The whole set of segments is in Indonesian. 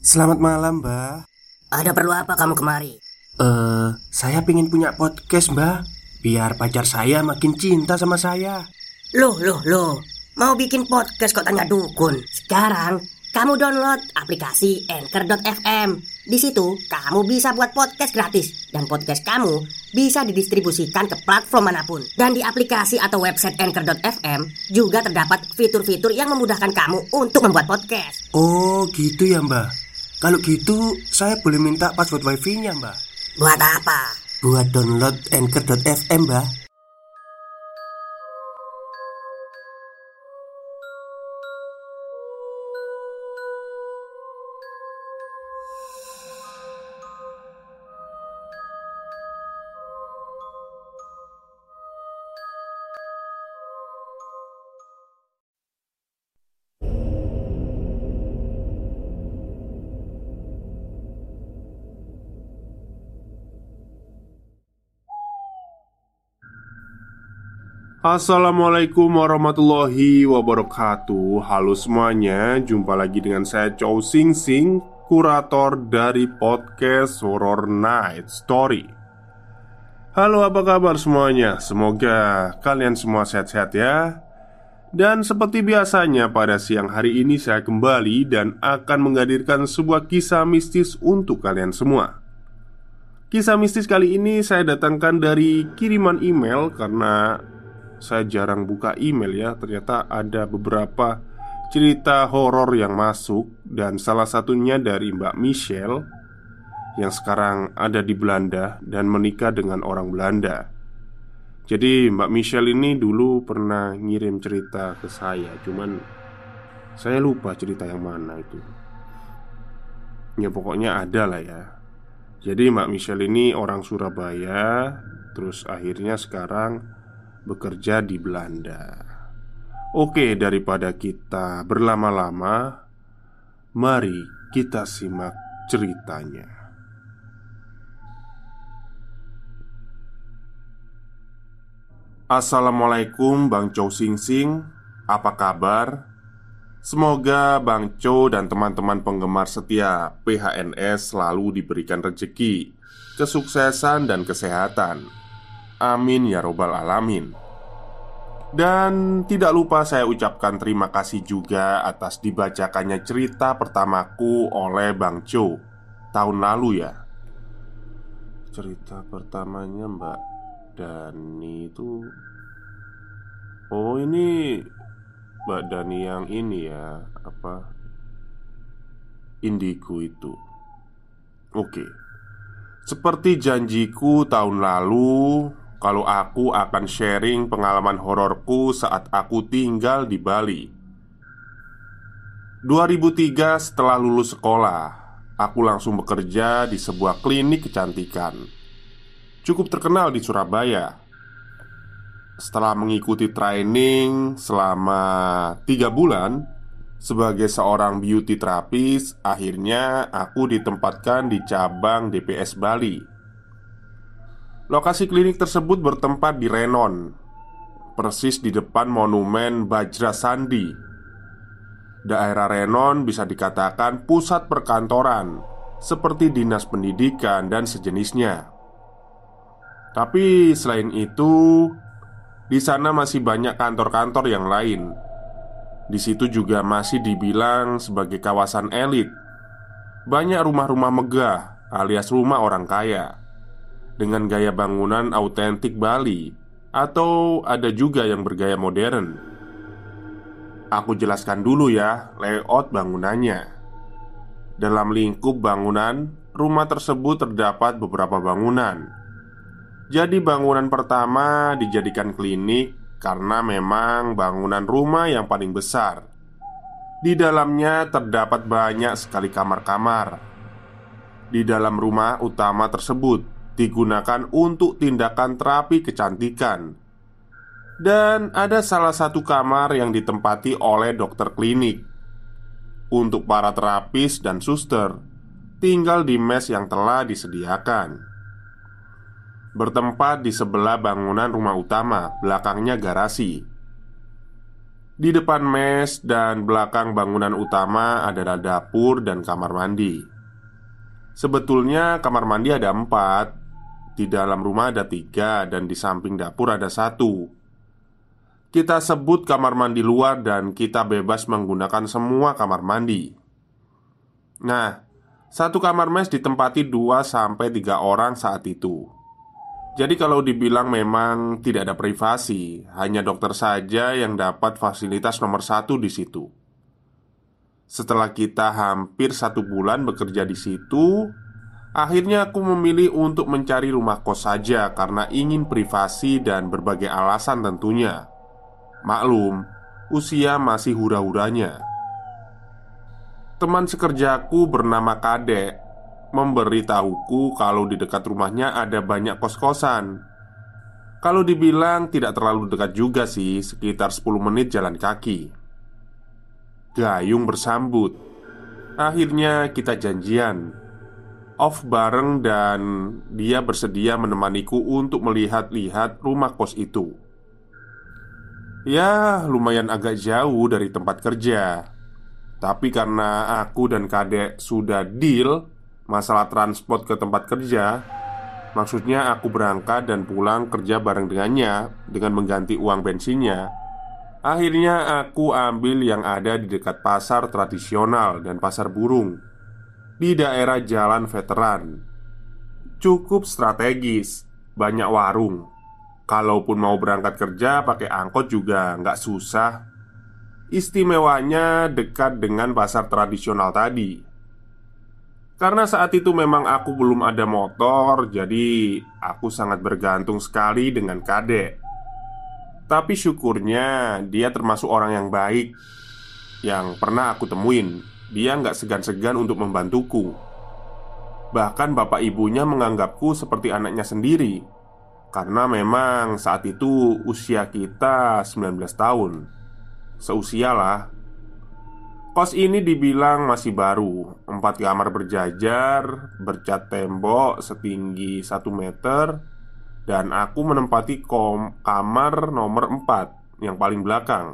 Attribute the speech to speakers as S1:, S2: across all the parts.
S1: Selamat malam, Mbak.
S2: Ada perlu apa kamu kemari?
S1: Saya pengen punya podcast, Mbak. Biar pacar saya makin cinta sama saya.
S2: Loh. Mau bikin podcast kok tanya dukun? Sekarang kamu download aplikasi Anchor.fm. Di situ kamu bisa buat podcast gratis. Dan podcast kamu bisa didistribusikan ke platform manapun. Dan di aplikasi atau website Anchor.fm juga terdapat fitur-fitur yang memudahkan kamu untuk membuat podcast.
S1: Oh, gitu ya, Mbak. Kalau gitu, saya boleh minta password wifi-nya, Mbak.
S2: Buat apa?
S1: Buat download Anchor.fm, Mbak.
S3: Assalamualaikum warahmatullahi wabarakatuh. Halo semuanya, jumpa lagi dengan saya Chow Sing Sing, kurator dari podcast Horror Night Story. Halo, apa kabar semuanya? Semoga kalian semua sehat-sehat ya. Dan seperti biasanya pada siang hari ini saya kembali dan akan menghadirkan sebuah kisah mistis untuk kalian semua. Kisah mistis kali ini saya datangkan dari kiriman email karena saya jarang buka email ya. Ternyata ada beberapa cerita horor yang masuk. Dan salah satunya dari Mbak Michelle, yang sekarang ada di Belanda dan menikah dengan orang Belanda. Jadi Mbak Michelle ini dulu pernah ngirim cerita ke saya. Cuman saya lupa cerita yang mana itu. Ya pokoknya ada lah ya. Jadi Mbak Michelle ini orang Surabaya. Terus akhirnya sekarang bekerja di Belanda. Oke, daripada kita berlama-lama, mari kita simak ceritanya. Assalamualaikum Bang Chow Sing Sing. Apa kabar? Semoga Bang Chow dan teman-teman penggemar setia PHNS selalu diberikan rezeki, kesuksesan dan kesehatan. Amin ya robbal alamin. Dan tidak lupa saya ucapkan terima kasih juga atas dibacakannya cerita pertamaku oleh Bang Chow tahun lalu ya. Cerita pertamanya Mbak Dani itu. Oh, ini Mbak Dani yang ini ya, apa, Indigo itu. Oke. Seperti janjiku tahun lalu, kalau aku akan sharing pengalaman hororku saat aku tinggal di Bali. 2003 setelah lulus sekolah, aku langsung bekerja di sebuah klinik kecantikan cukup terkenal di Surabaya. Setelah mengikuti training selama 3 bulan sebagai seorang beauty terapis, akhirnya aku ditempatkan di cabang DPS Bali. Lokasi klinik tersebut bertempat di Renon, persis di depan monumen Bajra Sandi. Daerah Renon bisa dikatakan pusat perkantoran, seperti dinas pendidikan dan sejenisnya. Tapi selain itu, di sana masih banyak kantor-kantor yang lain. Di situ juga masih dibilang sebagai kawasan elit. Banyak rumah-rumah megah alias rumah orang kaya dengan gaya bangunan autentik Bali, atau ada juga yang bergaya modern. Aku jelaskan dulu ya layout bangunannya. Dalam lingkup bangunan, rumah tersebut terdapat beberapa bangunan. Jadi bangunan pertama dijadikan klinik karena memang bangunan rumah yang paling besar. Di dalamnya terdapat banyak sekali kamar-kamar. Di dalam rumah utama tersebut digunakan untuk tindakan terapi kecantikan. Dan ada salah satu kamar yang ditempati oleh dokter klinik. Untuk para terapis dan suster tinggal di mes yang telah disediakan. Bertempat di sebelah bangunan rumah utama, belakangnya garasi. Di depan mes dan belakang bangunan utama adalah dapur dan kamar mandi. Sebetulnya kamar mandi ada 4, di dalam rumah ada 3, dan di samping dapur ada 1. Kita sebut kamar mandi luar dan kita bebas menggunakan semua kamar mandi. Nah, satu kamar mes ditempati 2-3 orang saat itu. Jadi kalau dibilang memang tidak ada privasi, hanya dokter saja yang dapat fasilitas nomor 1 di situ. Setelah kita hampir 1 bulan bekerja di situ, akhirnya aku memilih untuk mencari rumah kos saja karena ingin privasi dan berbagai alasan tentunya. Maklum, usia masih hura-huranya. Teman sekerjaku bernama Kadek memberitahuku kalau di dekat rumahnya ada banyak kos-kosan. Kalau dibilang tidak terlalu dekat juga sih, sekitar 10 menit jalan kaki. Gayung bersambut. Akhirnya kita janjian off bareng dan dia bersedia menemaniku untuk melihat-lihat rumah kos itu. Ya, lumayan agak jauh dari tempat kerja. Tapi karena aku dan Kadek sudah deal masalah transport ke tempat kerja, maksudnya aku berangkat dan pulang kerja bareng dengannya dengan mengganti uang bensinnya. Akhirnya aku ambil yang ada di dekat pasar tradisional dan pasar burung di daerah Jalan Veteran. Cukup strategis, banyak warung. Kalaupun mau berangkat kerja pakai angkot juga nggak susah. Istimewanya dekat dengan pasar tradisional tadi. Karena saat itu memang aku belum ada motor, jadi aku sangat bergantung sekali dengan Kadek. Tapi syukurnya dia termasuk orang yang baik yang pernah aku temuin. Dia nggak segan-segan untuk membantuku. Bahkan bapak ibunya menganggapku seperti anaknya sendiri. Karena memang saat itu usia kita 19 tahun. Seusia lah. Kos ini dibilang masih baru. 4 kamar berjajar, bercat tembok setinggi 1 meter. Dan aku menempati kamar nomor 4, yang paling belakang.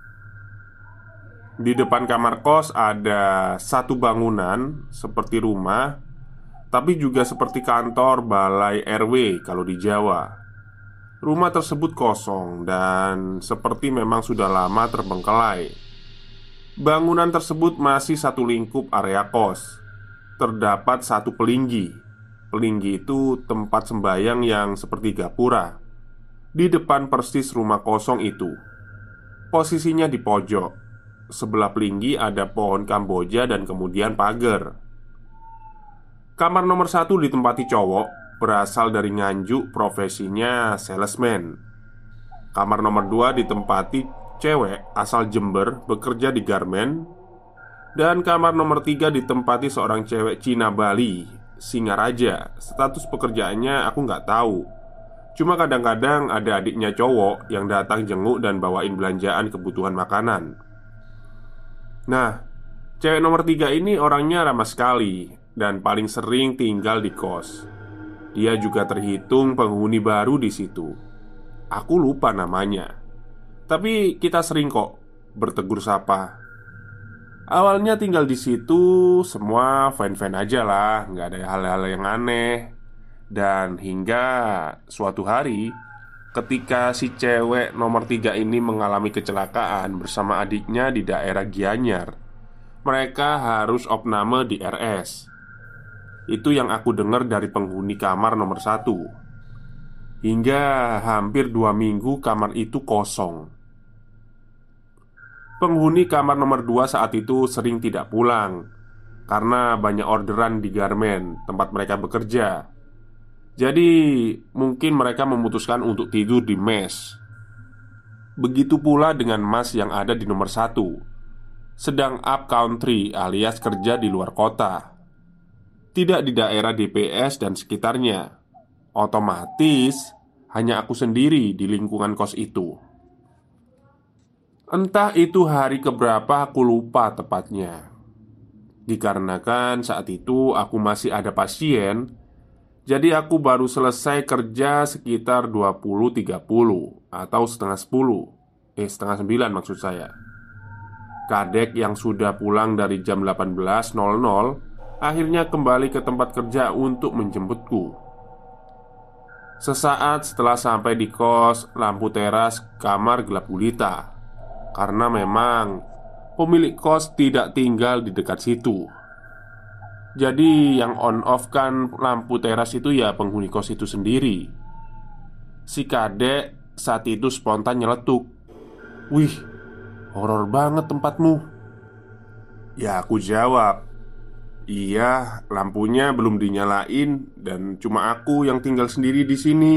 S3: Di depan kamar kos ada satu bangunan seperti rumah, tapi juga seperti kantor balai RW kalau di Jawa. Rumah tersebut kosong dan seperti memang sudah lama terbengkelai. Bangunan tersebut masih satu lingkup area kos. Terdapat satu pelinggi. Pelinggi itu tempat sembayang yang seperti gapura. Di depan persis rumah kosong itu. Posisinya di pojok. Sebelah pelinggi ada pohon kamboja dan kemudian pagar. Kamar nomor 1 ditempati cowok, berasal dari Nganjuk, profesinya salesman. Kamar nomor 2 ditempati cewek asal Jember, bekerja di garmen. Dan kamar nomor 3 ditempati seorang cewek Cina Bali, Singaraja. Status pekerjaannya aku nggak tahu. Cuma kadang-kadang ada adiknya cowok yang datang jenguk dan bawain belanjaan kebutuhan makanan. Nah, cewek nomor 3 ini orangnya ramah sekali dan paling sering tinggal di kos. Dia juga terhitung penghuni baru di situ. Aku lupa namanya. Tapi kita sering kok bertegur sapa. Awalnya tinggal di situ semua fine-fine aja lah, nggak ada hal-hal yang aneh. Dan hingga suatu hari ketika si cewek nomor 3 ini mengalami kecelakaan bersama adiknya di daerah Gianyar, mereka harus opname di RS. Itu yang aku dengar dari penghuni kamar nomor 1. Hingga hampir 2 minggu kamar itu kosong. Penghuni kamar nomor 2 saat itu sering tidak pulang karena banyak orderan di garmen tempat mereka bekerja. Jadi mungkin mereka memutuskan untuk tidur di mes. Begitu pula dengan mas yang ada di nomor 1, sedang up country alias kerja di luar kota, tidak di daerah DPS dan sekitarnya. Otomatis hanya aku sendiri di lingkungan kos itu. Entah itu hari keberapa aku lupa tepatnya. Dikarenakan saat itu aku masih ada pasien, jadi aku baru selesai kerja sekitar 20.30 atau setengah 10. Setengah 9 maksud saya. Kadek yang sudah pulang dari jam 18.00 akhirnya kembali ke tempat kerja untuk menjemputku. Sesaat setelah sampai di kos, lampu teras kamar gelap gulita karena memang pemilik kos tidak tinggal di dekat situ. Jadi yang on off kan lampu teras itu ya penghuni kos itu sendiri. Si kadek saat itu spontan nyeletuk, "Wih, horor banget tempatmu." Ya aku jawab, "Iya, lampunya belum dinyalain dan cuma aku yang tinggal sendiri di sini."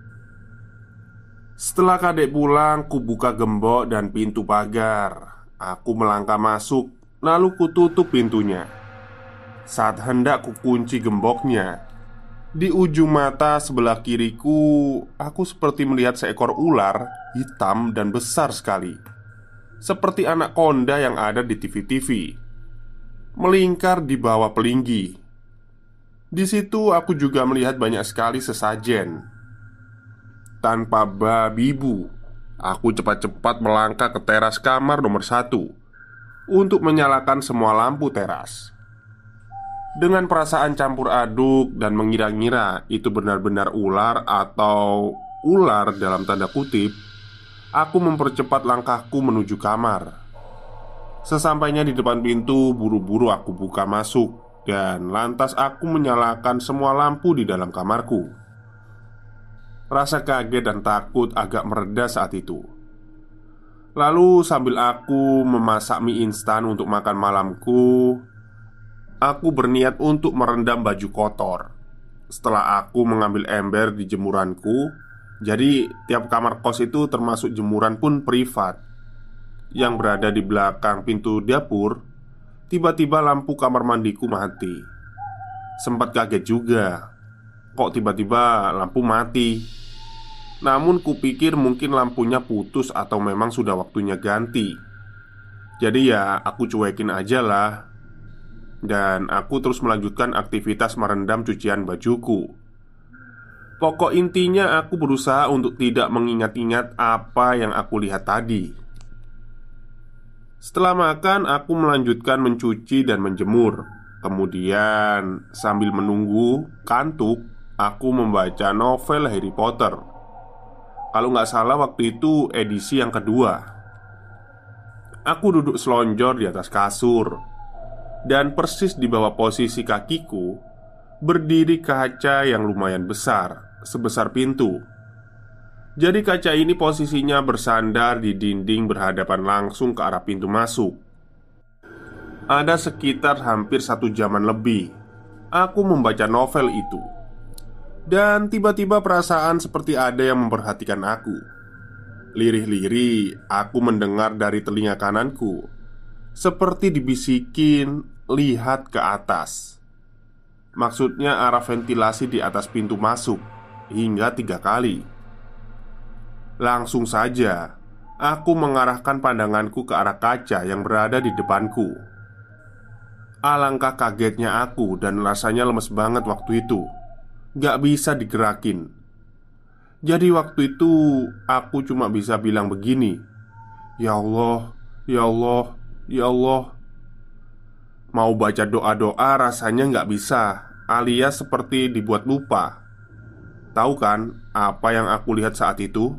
S3: Setelah kadek pulang, ku buka gembok dan pintu pagar. Aku melangkah masuk, lalu ku tutup pintunya. Saat hendak ku kunci gemboknya, di ujung mata sebelah kiriku, aku seperti melihat seekor ular hitam dan besar sekali, seperti anak konda yang ada di TV-TV, melingkar di bawah pelinggi. Di situ aku juga melihat banyak sekali sesajen. Tanpa babibu, aku cepat-cepat melangkah ke teras kamar nomor 1 untuk menyalakan semua lampu teras. Dengan perasaan campur aduk dan mengira-ngira itu benar-benar ular atau ular dalam tanda kutip, aku mempercepat langkahku menuju kamar. Sesampainya di depan pintu, buru-buru aku buka masuk dan lantas aku menyalakan semua lampu di dalam kamarku. Rasa kaget dan takut agak mereda saat itu. Lalu sambil aku memasak mie instan untuk makan malamku, aku berniat untuk merendam baju kotor. Setelah aku mengambil ember di jemuranku, jadi tiap kamar kos itu termasuk jemuran pun privat yang berada di belakang pintu dapur. Tiba-tiba lampu kamar mandiku mati. Sempat kaget juga, kok tiba-tiba lampu mati. Namun kupikir mungkin lampunya putus atau memang sudah waktunya ganti. Jadi ya aku cuekin aja lah. Dan aku terus melanjutkan aktivitas merendam cucian bajuku. Pokok intinya aku berusaha untuk tidak mengingat-ingat apa yang aku lihat tadi. Setelah makan, aku melanjutkan mencuci dan menjemur. Kemudian sambil menunggu kantuk, aku membaca novel Harry Potter. Kalau nggak salah waktu itu edisi yang kedua. Aku duduk selonjor di atas kasur. Dan persis di bawah posisi kakiku berdiri kaca yang lumayan besar, sebesar pintu. Jadi kaca ini posisinya bersandar di dinding berhadapan langsung ke arah pintu masuk. Ada sekitar hampir 1 jaman lebih aku membaca novel itu. Dan tiba-tiba perasaan seperti ada yang memperhatikan aku. Lirih-lirih aku mendengar dari telinga kananku seperti dibisikin, "Lihat ke atas." Maksudnya arah ventilasi di atas pintu masuk, hingga 3 kali. Langsung saja aku mengarahkan pandanganku ke arah kaca yang berada di depanku. Alangkah kagetnya aku dan rasanya lemes banget waktu itu. Gak bisa digerakin. Jadi waktu itu aku cuma bisa bilang begini, "Ya Allah, ya Allah, ya Allah." Mau baca doa-doa rasanya nggak bisa, alias seperti dibuat lupa. Tahu kan apa yang aku lihat saat itu?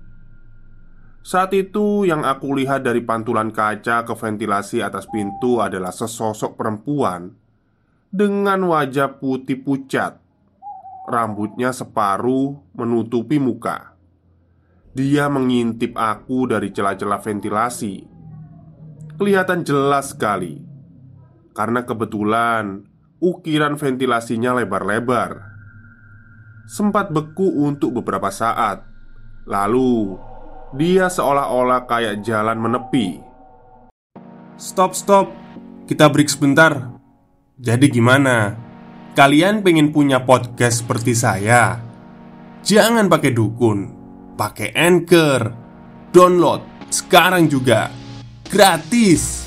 S3: Saat itu yang aku lihat dari pantulan kaca ke ventilasi atas pintu adalah sesosok perempuan dengan wajah putih pucat. Rambutnya separuh menutupi muka. Dia mengintip aku dari celah-celah ventilasi. Kelihatan jelas sekali karena kebetulan ukiran ventilasinya lebar-lebar. Sempat beku untuk beberapa saat. Lalu dia seolah-olah kayak jalan menepi.
S1: Stop, kita break sebentar. Jadi gimana? Kalian pengen punya podcast seperti saya? Jangan pakai dukun, pakai Anchor. Download sekarang juga, gratis.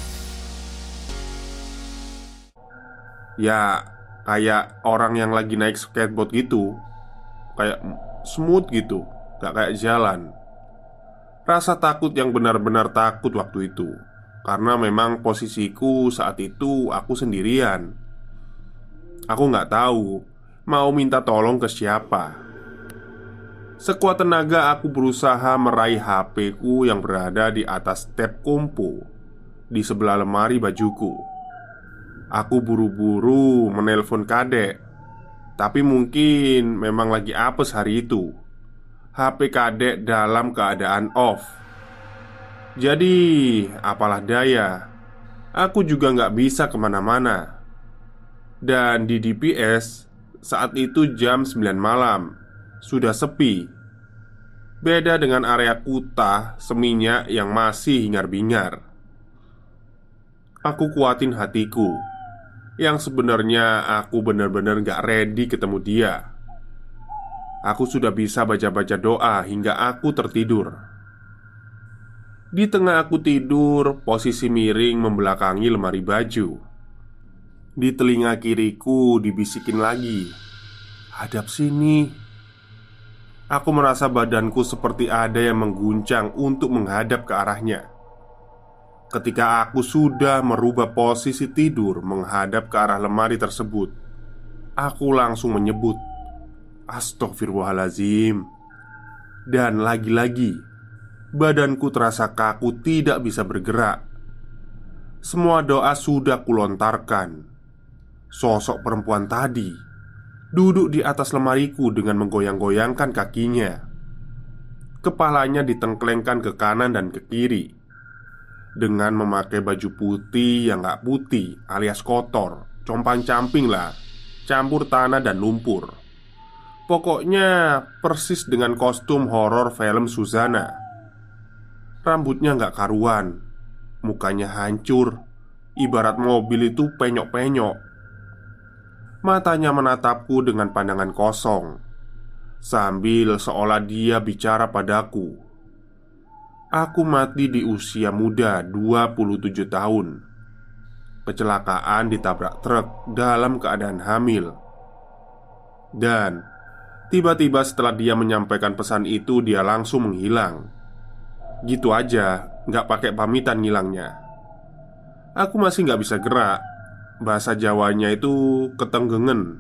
S3: Ya, kayak orang yang lagi naik skateboard gitu. Kayak smooth gitu, gak kayak jalan. Rasa takut yang benar-benar takut waktu itu karena memang posisiku saat itu aku sendirian. Aku nggak tahu mau minta tolong ke siapa. Sekuat tenaga aku berusaha meraih HP-ku yang berada di atas step kompo di sebelah lemari bajuku. Aku buru-buru menelpon kadek, tapi mungkin memang lagi apes hari itu. HP kadek dalam keadaan off. Jadi apalah daya, aku juga nggak bisa kemana-mana. Dan di DPS saat itu jam 9 malam, sudah sepi. Beda dengan area Kuta, Seminyak yang masih hingar-bingar. Aku kuatin hatiku, yang sebenarnya aku benar-benar gak ready ketemu dia. Aku sudah bisa baca-baca doa hingga aku tertidur. Di tengah aku tidur, posisi miring membelakangi lemari baju. Di telinga kiriku dibisikin lagi, "Hadap sini." Aku merasa badanku seperti ada yang mengguncang untuk menghadap ke arahnya. Ketika aku sudah merubah posisi tidur menghadap ke arah lemari tersebut, aku langsung menyebut, "Astagfirullahaladzim." Dan lagi-lagi, badanku terasa kaku, tidak bisa bergerak. Semua doa sudah kulontarkan. Sosok perempuan tadi duduk di atas lemariku dengan menggoyang-goyangkan kakinya. Kepalanya ditengklengkan ke kanan dan ke kiri dengan memakai baju putih yang gak putih alias kotor, compang-camping lah, campur tanah dan lumpur. Pokoknya persis dengan kostum horor film Suzana. Rambutnya gak karuan, mukanya hancur, ibarat mobil itu penyok-penyok. Matanya menatapku dengan pandangan kosong, sambil seolah dia bicara padaku. Aku mati di usia muda 27 tahun. Kecelakaan ditabrak truk dalam keadaan hamil. Dan tiba-tiba setelah dia menyampaikan pesan itu, dia langsung menghilang. Gitu aja, gak pakai pamitan ngilangnya. Aku masih gak bisa gerak. Bahasa Jawanya itu ketenggengen.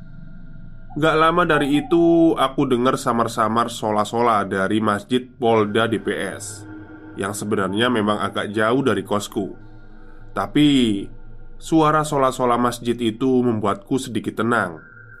S3: Gak lama dari itu aku dengar samar-samar sola-sola dari Masjid Polda DPS, yang sebenarnya memang agak jauh dari kosku. Tapi suara sola-sola masjid itu membuatku sedikit tenang.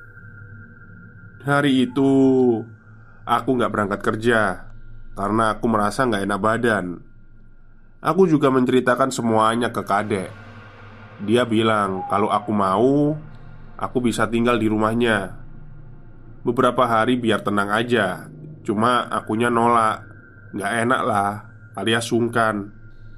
S3: Hari itu aku gak berangkat kerja karena aku merasa gak enak badan. Aku juga menceritakan semuanya ke kadek. Dia bilang kalau aku mau, aku bisa tinggal di rumahnya beberapa hari biar tenang aja. Cuma akunya nolak. Gak enak lah, alias sungkan.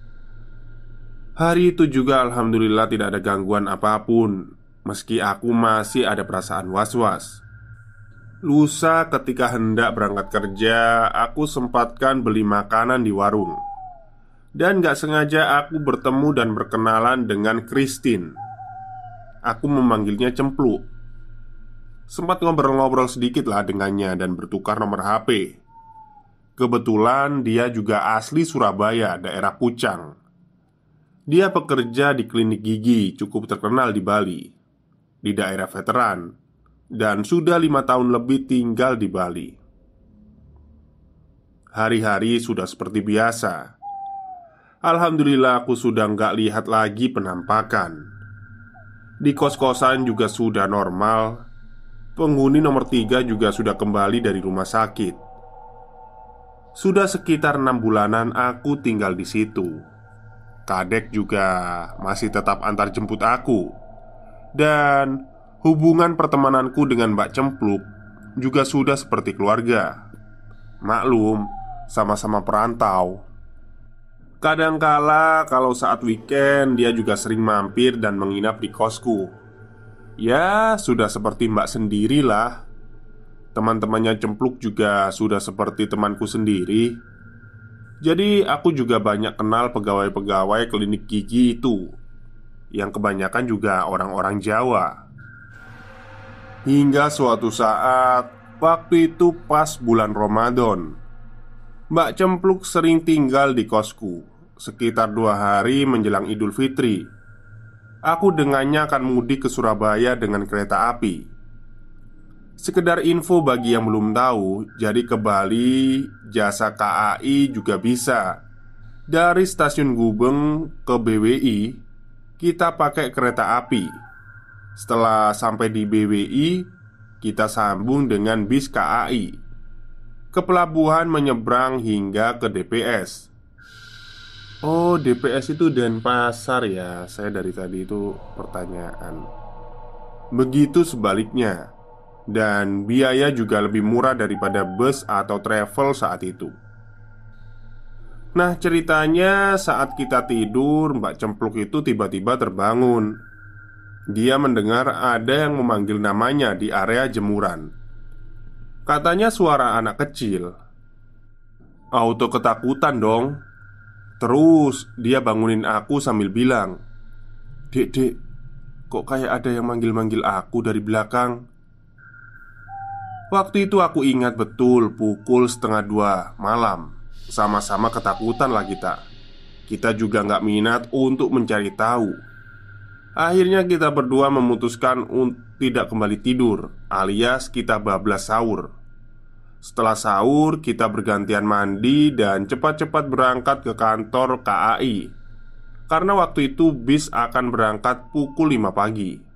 S3: Hari itu juga alhamdulillah tidak ada gangguan apapun, meski aku masih ada perasaan was-was. Lusa ketika hendak berangkat kerja, aku sempatkan beli makanan di warung. Dan gak sengaja aku bertemu dan berkenalan dengan Christine. Aku memanggilnya Cempluk. Sempat ngobrol-ngobrol sedikit lah dengannya dan bertukar nomor HP. Kebetulan dia juga asli Surabaya, daerah Pucang. Dia bekerja di klinik gigi cukup terkenal di Bali, di daerah veteran, dan sudah 5 tahun lebih tinggal di Bali. Hari-hari sudah seperti biasa. Alhamdulillah aku sudah nggak lihat lagi penampakan. Di kos-kosan juga sudah normal. Penghuni nomor 3 juga sudah kembali dari rumah sakit. Sudah sekitar 6 bulanan aku tinggal di situ. Kadek juga masih tetap antar jemput aku. Dan hubungan pertemananku dengan Mbak Cempluk juga sudah seperti keluarga. Maklum, sama-sama perantau. Kadangkala kalau saat weekend dia juga sering mampir dan menginap di kosku. Ya, sudah seperti mbak sendirilah. Teman-temannya Cempluk juga sudah seperti temanku sendiri. Jadi aku juga banyak kenal pegawai-pegawai klinik gigi itu, yang kebanyakan juga orang-orang Jawa. Hingga suatu saat, waktu itu pas bulan Ramadan, Mbak Cempluk sering tinggal di kosku sekitar 2 hari menjelang Idul Fitri. Aku dengannya akan mudik ke Surabaya dengan kereta api. Sekedar info bagi yang belum tahu, jadi ke Bali jasa KAI juga bisa. Dari stasiun Gubeng ke BWI, kita pakai kereta api. Setelah sampai di BWI, kita sambung dengan bis KAI ke pelabuhan menyeberang hingga ke DPS. Oh, DPS itu Denpasar ya. Saya dari tadi itu pertanyaan. Begitu sebaliknya. Dan biaya juga lebih murah daripada bus atau travel saat itu. Nah, ceritanya saat kita tidur, Mbak Cempluk itu tiba-tiba terbangun. Dia mendengar ada yang memanggil namanya di area jemuran. Katanya suara anak kecil. Auto ketakutan dong. Terus dia bangunin aku sambil bilang, "Dek, dek, kok kayak ada yang manggil-manggil aku dari belakang?" Waktu itu aku ingat betul pukul 1:30 malam. Sama-sama ketakutan lah kita. Kita juga nggak minat untuk mencari tahu. Akhirnya kita berdua memutuskan untuk tidak kembali tidur, alias kita bablas sahur. Setelah sahur, kita bergantian mandi dan cepat-cepat berangkat ke kantor KAI. Karena waktu itu bis akan berangkat pukul 5 pagi.